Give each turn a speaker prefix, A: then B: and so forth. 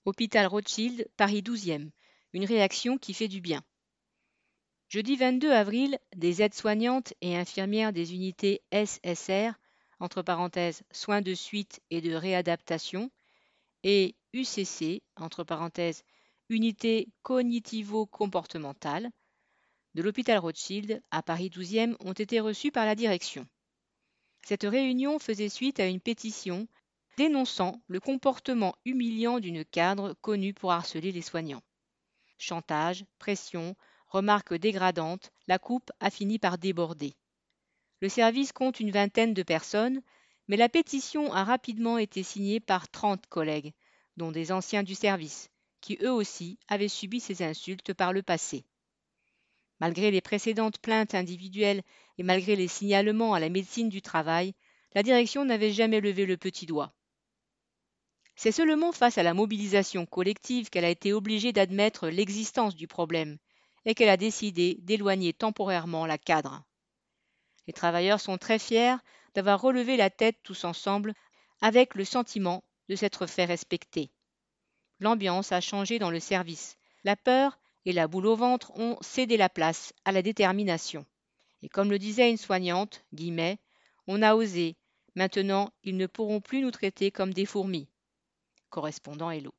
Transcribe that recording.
A: Hôpital Rothschild, Paris 12e. Une réaction qui fait du bien. Jeudi 22 avril, des aides-soignantes et infirmières des unités SSR, entre parenthèses soins de suite et de réadaptation, et UCC, entre parenthèses unité cognitivo-comportementale, de l'hôpital Rothschild à Paris 12e ont été reçues par la direction. Cette réunion faisait suite à une pétition dénonçant le comportement humiliant d'une cadre connue pour harceler les soignants. Chantage, pression, remarques dégradantes, la coupe a fini par déborder. Le service compte une vingtaine de personnes, mais la pétition a rapidement été signée par 30 collègues, dont des anciens du service, qui eux aussi avaient subi ces insultes par le passé. Malgré les précédentes plaintes individuelles et malgré les signalements à la médecine du travail, la direction n'avait jamais levé le petit doigt. C'est seulement face à la mobilisation collective qu'elle a été obligée d'admettre l'existence du problème et qu'elle a décidé d'éloigner temporairement la cadre. Les travailleurs sont très fiers d'avoir relevé la tête tous ensemble avec le sentiment de s'être fait respecter. L'ambiance a changé dans le service. La peur et la boule au ventre ont cédé la place à la détermination. Et comme le disait une soignante, guillemets, on a osé, maintenant ils ne pourront plus nous traiter comme des fourmis. Correspondant Hello.